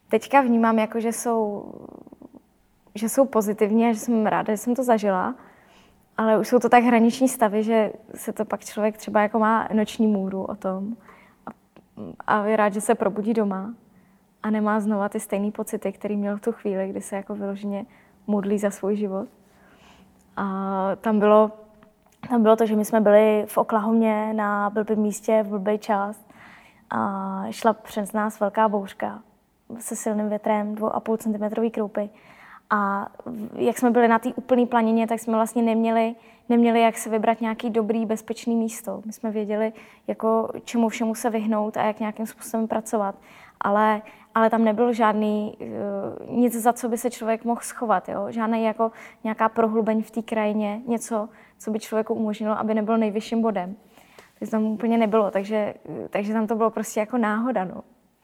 teďka vnímám, jako, že jsou, že jsou pozitivní a že jsem ráda, že jsem to zažila, ale už jsou to tak hraniční stavy, že se to pak člověk třeba jako má noční můru o tom a, a je rád, že se probudí doma a nemá znova ty stejné pocity, který měl v tu chvíli, kdy se jako vyloženě modlí za svůj život. A tam bylo, tam bylo to, že my jsme byli v Oklahomě na blbém místě v blbý čas a šla přes nás velká bouřka se silným větrem, dvou a půl centimetrový kroupy. A jak jsme byli na té úplné planině, tak jsme vlastně neměli, neměli jak se vybrat nějaký dobrý, bezpečný místo. My jsme věděli, jako čemu všemu se vyhnout a jak nějakým způsobem pracovat. Ale, ale tam nebyl žádný, uh, nic, za co by se člověk mohl schovat. Jo? Žádný jako nějaká prohlubeň v té krajině, něco, co by člověku umožnilo, aby nebyl nejvyšším bodem. To tam úplně nebylo, takže, takže tam to bylo prostě jako náhoda. No.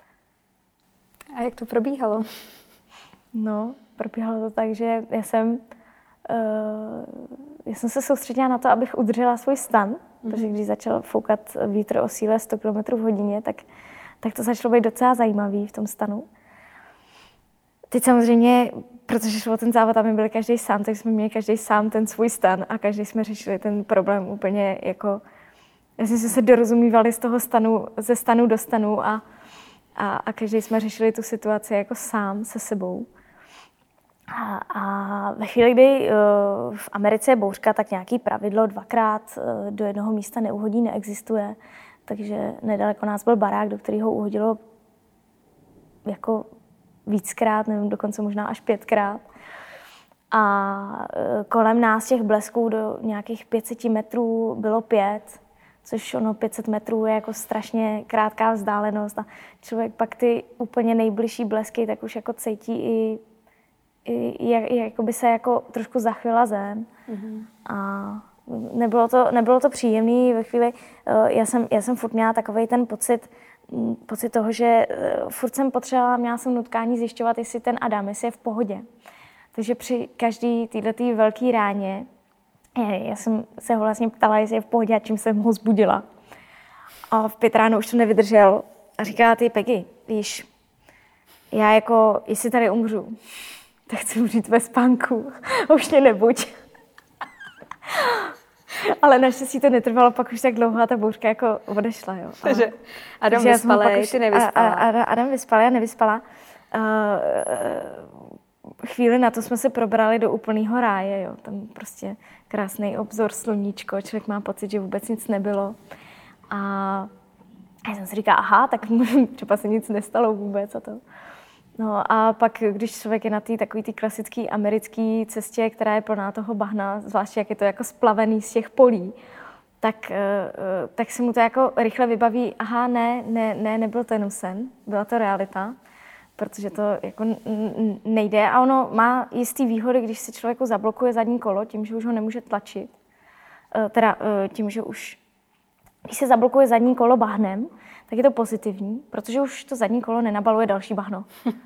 A jak to probíhalo? No, probíhalo to tak, že já jsem, uh, já jsem se soustředila na to, abych udržela svůj stan, mm. protože když začal foukat vítr o síle sto kilometrů v hodině, tak, tak to začalo být docela zajímavý v tom stanu. Teď samozřejmě, protože šlo o ten závod a my byli každý sám, tak jsme měli každý sám ten svůj stan a každý jsme řešili ten problém úplně jako, já jsme se dorozumívali z toho stanu, ze stanu do stanu a, a, a každý jsme řešili tu situaci jako sám se sebou. A, a ve chvíli, kdy uh, v Americe je bouřka, tak nějaký pravidlo dvakrát uh, do jednoho místa neuhodí neexistuje. Takže nedaleko nás byl barák, do kterého uhodilo jako víckrát, nevím, dokonce možná až pětkrát. A uh, kolem nás těch blesků do nějakých pět set metrů bylo pět, což ono pět set metrů je jako strašně krátká vzdálenost. A člověk pak ty úplně nejbližší blesky tak už jako cítí i jak, jak by se jako trošku zachvěla zem. Mm-hmm. A nebylo to, nebylo to příjemné ve chvíli, já jsem, já jsem furt měla takovej ten pocit, pocit toho, že furt jsem potřebovala, měla jsem nutkání zjišťovat, jestli ten Adam, jestli je v pohodě. Takže při každý této velké ráně, já jsem se ho vlastně ptala, jestli je v pohodě a čím jsem ho zbudila. A v pět ráno už to nevydržel a říká, ty Peggy, víš, já jako, jestli tady umřu, tak chci umřít ve spánku, už mě nebuď. Ale naštěstí to netrvalo pak už tak dlouho a ta bouřka jako odešla. Jo. Takže Adam vyspalej, ty nevyspala. A, a, Adam vyspala, já nevyspala. Uh, chvíli na to jsme se probrali do úplného ráje. Jo. Tam prostě krásný obzor, sluníčko, člověk má pocit, že vůbec nic nebylo. A já jsem si říkala, aha, tak třeba se nic nestalo vůbec a to. No a pak, když člověk je na té takový tý klasické americké cestě, která je plná toho bahna, zvláště jak je to jako splavený z těch polí, tak, tak si mu to jako rychle vybaví, aha, ne, ne, ne, nebyl to jenom sen, byla to realita, protože to jako nejde. A ono má jistý výhody, když si člověku zablokuje zadní kolo, tím, že už ho nemůže tlačit, teda tím, že už, když se zablokuje zadní kolo bahnem, tak je to pozitivní, protože už to zadní kolo nenabaluje další bahno.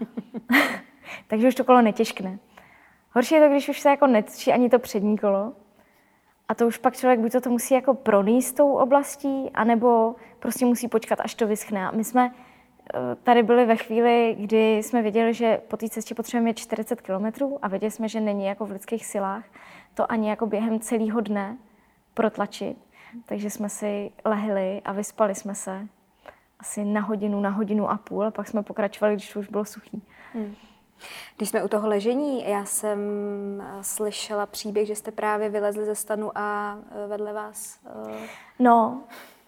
Takže už to kolo netěžkne. Horší je to, když už se jako netčí ani to přední kolo. A to už pak člověk buď to, to musí jako pronést tou oblastí, anebo prostě musí počkat, až to vyschne. A my jsme tady byli ve chvíli, kdy jsme věděli, že po té cestě potřebujeme čtyřicet kilometrů a věděli jsme, že není jako v lidských silách to ani jako během celého dne protlačit. Takže jsme si lehli a vyspali jsme se asi na hodinu, na hodinu a půl a pak jsme pokračovali, když to už bylo suchý. Hmm. Když jsme u toho ležení, já jsem slyšela příběh, že jste právě vylezli ze stanu a vedle vás... Uh... No,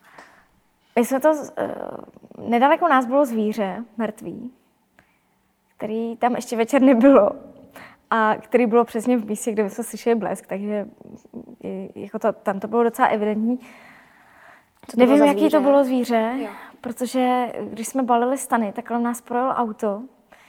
my jsme to... Uh, nedaleko nás bylo zvíře, mrtvý, který tam ještě večer nebylo a který bylo přesně v místě, kde jsme slyšeli blesk, takže jako to, tam to bylo docela evidentní. To Nevím, jaký zvíře? to bylo zvíře, jo. Protože když jsme balili stany, tak kolem nás projel auto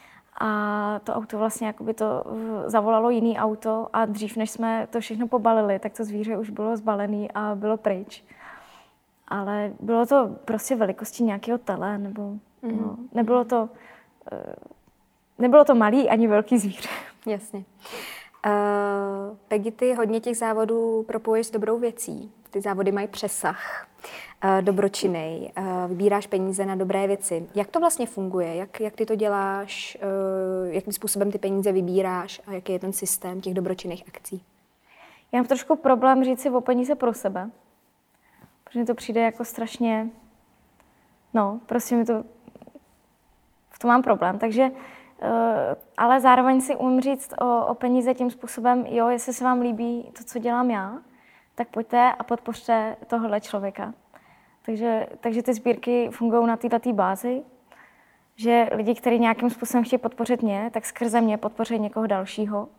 a to auto vlastně jakoby to zavolalo jiný auto a dřív, než jsme to všechno pobalili, tak to zvíře už bylo zbalené a bylo pryč. Ale bylo to prostě velikosti nějakého tele, nebo mm. no, nebylo to, nebylo to malý ani velký zvíře. Jasně. Uh, Peggy, ty hodně těch závodů propojuješ s dobrou věcí. Ty závody mají přesah, uh, dobročinnej, uh, vybíráš peníze na dobré věci. Jak to vlastně funguje? Jak, jak ty to děláš? Uh, jakým způsobem ty peníze vybíráš? A jaký je ten systém těch dobročinných akcí? Já mám trošku problém říct si o peníze pro sebe, protože mi to přijde jako strašně, no, prostě mi to, v tom mám problém, takže, uh, ale zároveň si umím říct o, o peníze tím způsobem, jo, jestli se vám líbí to, co dělám já, tak pojďte a podpořte tohohle člověka. Takže, takže ty sbírky fungují na této bázi, že lidi, kteří nějakým způsobem chtějí podpořit mě, tak skrze mě podpoří někoho dalšího.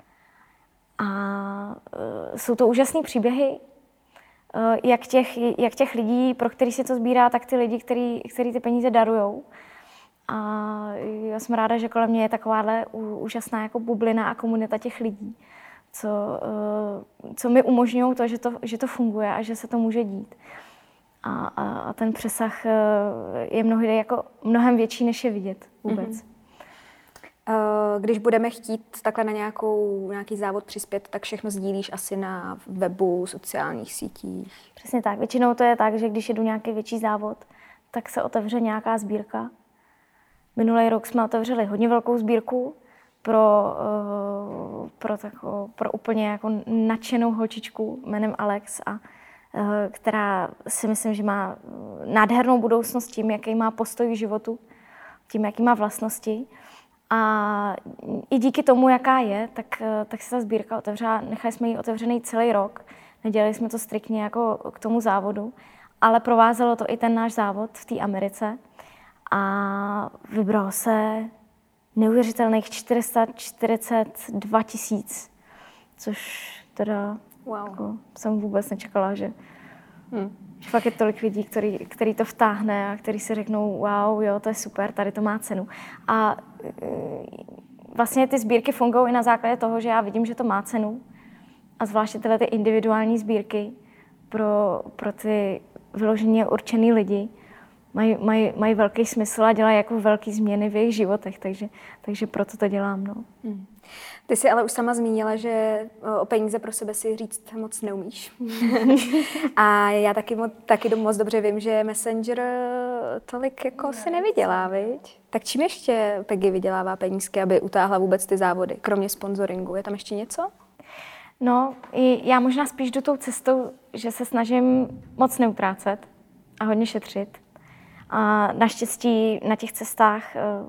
A uh, jsou to úžasné příběhy, uh, jak, těch, jak těch lidí, pro který se to sbírá, tak ty lidi, který, který ty peníze darujou. A já jsem ráda, že kolem mě je takováhle úžasná jako bublina a komunita těch lidí, co, uh, co mi umožňují to, že to, že to funguje a že se to může dít. A, a, a ten přesah uh, je mnohdy jako mnohem větší, než je vidět vůbec. Mm-hmm. Když budeme chtít takhle na nějakou, nějaký závod přispět, tak všechno sdílíš asi na webu, sociálních sítích. Přesně tak. Většinou to je tak, že když jedu nějaký větší závod, tak se otevře nějaká sbírka. Minulý rok jsme otevřeli hodně velkou sbírku pro, pro, tako, pro úplně jako nadšenou holčičku jménem Alex, a, která si myslím, že má nádhernou budoucnost tím, jaký má postoj k životu, tím, jaký má vlastnosti. A i díky tomu, jaká je, tak, tak se ta sbírka otevřela. Nechali jsme ji otevřený celý rok. Nedělali jsme to striktně jako k tomu závodu, ale provázelo to i ten náš závod v té Americe. A vybralo se neuvěřitelných čtyři sta čtyřicet dva tisíc, což teda wow. Jako, jsem vůbec nečekala, že... Hmm. Fakt je tolik lidí, který, který to vtáhne a který si řeknou, wow, jo, to je super, tady to má cenu. A vlastně ty sbírky fungují i na základě toho, že já vidím, že to má cenu. A zvláště tyhle ty individuální sbírky pro, pro ty vyloženě určený lidi mají, mají, mají velký smysl a dělají jako velký změny v jejich životech, takže, takže proto to dělám. No. Hmm. Ty jsi ale už sama zmínila, že o peníze pro sebe si říct moc neumíš. A já taky, taky moc dobře vím, že Messenger tolik jako si nevydělá, viď? Tak čím ještě Peggy vydělává penízky, aby utáhla vůbec ty závody, kromě sponzoringu? Je tam ještě něco? No, já možná spíš jdu tou cestou, že se snažím moc neutrácet a hodně šetřit. A naštěstí na těch cestách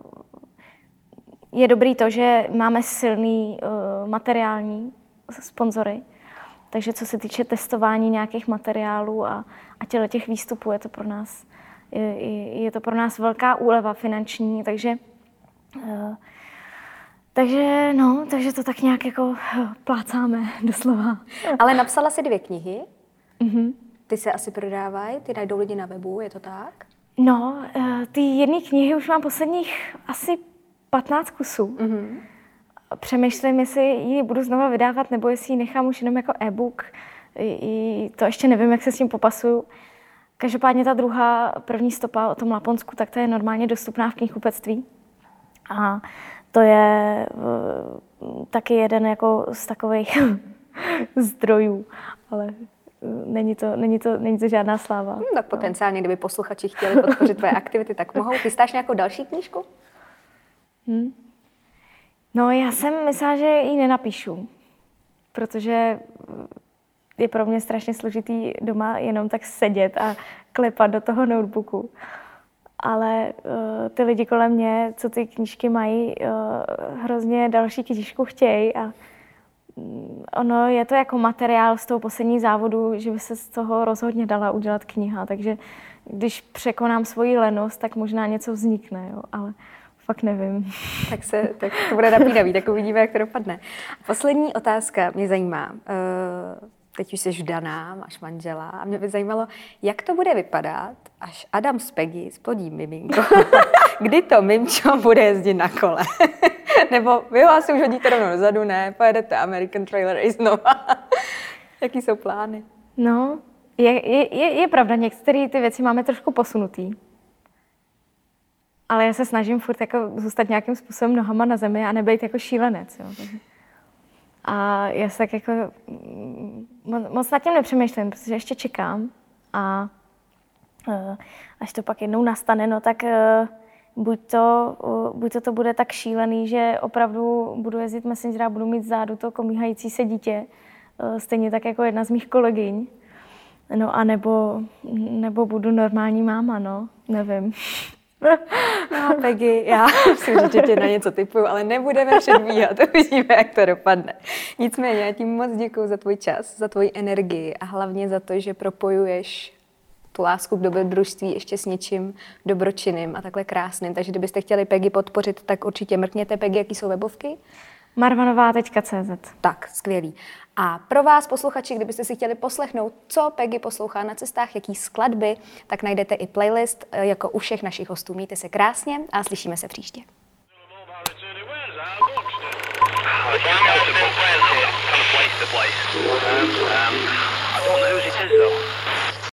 je dobrý to, že máme silný uh, materiální sponzory, takže co se týče testování nějakých materiálů a, a těle těch výstupů, je to pro nás, je, je to pro nás velká úleva finanční, takže, uh, takže, no, takže to tak nějak jako plácáme doslova. Ale napsala jsi dvě knihy, mm-hmm. Ty se asi prodávají, ty najdou lidi na webu, je to tak? No, uh, ty jedné knihy už mám posledních asi patnáct kusů. Mm-hmm. Přemýšlím, jestli ji budu znova vydávat, nebo jestli ji nechám už jenom jako e-book. I, i to ještě nevím, jak se s tím popasuju. Každopádně ta druhá, první stopa o tom Laponsku, tak to je normálně dostupná v knihkupectví. A to je uh, taky jeden jako z takových zdrojů, ale není to, není to, není to žádná sláva. Hmm, tak potenciálně, kdyby posluchači chtěli podpořit tvoje aktivity, tak mohou. Chystáš nějakou další knížku? Hmm. No, já jsem myslela, že ji nenapíšu, protože je pro mě strašně složitý doma jenom tak sedět a klepat do toho notebooku. Ale uh, ty lidi kolem mě, co ty knížky mají, uh, hrozně další knížku chtějí a um, ono je to jako materiál z toho poslední závodu, že by se z toho rozhodně dala udělat kniha, takže když překonám svoji lenost, tak možná něco vznikne, jo, ale fakt nevím. Tak, se, tak to bude napínavý, tak uvidíme, jak to dopadne. Poslední otázka mě zajímá. Teď už jsi vdaná, máš manžela a mě by zajímalo, jak to bude vypadat, až Adam s Peggy splodí miminko. Kdy to mimčo bude jezdit na kole? Nebo vy ho asi už hodíte rovnou dozadu, ne? Pojedete American Trailer Race znova. Jaký jsou plány? No, je, je, je, je pravda, některé ty věci máme trošku posunutý. Ale já se snažím furt jako zůstat nějakým způsobem nohama na zemi a nebejt jako šílenec. Jo. A já se tak jako moc nad tím nepřemýšlím, protože ještě čekám a až to pak jednou nastane, no tak buď to, buď to, to bude tak šílený, že opravdu budu jezdit Messengera a budu mít zádu to komíhající se dítě, stejně tak jako jedna z mých kolegyň, no a nebo, nebo budu normální máma, no, nevím. No, Peggy, já si určitě tě na něco typuju, ale nebudeme předbíhat, uvidíme, jak to dopadne. Nicméně, já ti moc děkuju za tvůj čas, za tvoji energii a hlavně za to, že propojuješ tu lásku k dobrodružství ještě s něčím dobročinným a takhle krásným. Takže kdybyste chtěli Peggy podpořit, tak určitě mrkněte. Peggy, jaký jsou webovky? marvanová tečka cé zet. Tak, skvělý. A pro vás, posluchači, kdybyste si chtěli poslechnout, co Peggy poslouchá na cestách, jaký skladby, tak najdete i playlist jako u všech našich hostů. Mějte se krásně a slyšíme se příště. I don't know whose it is though.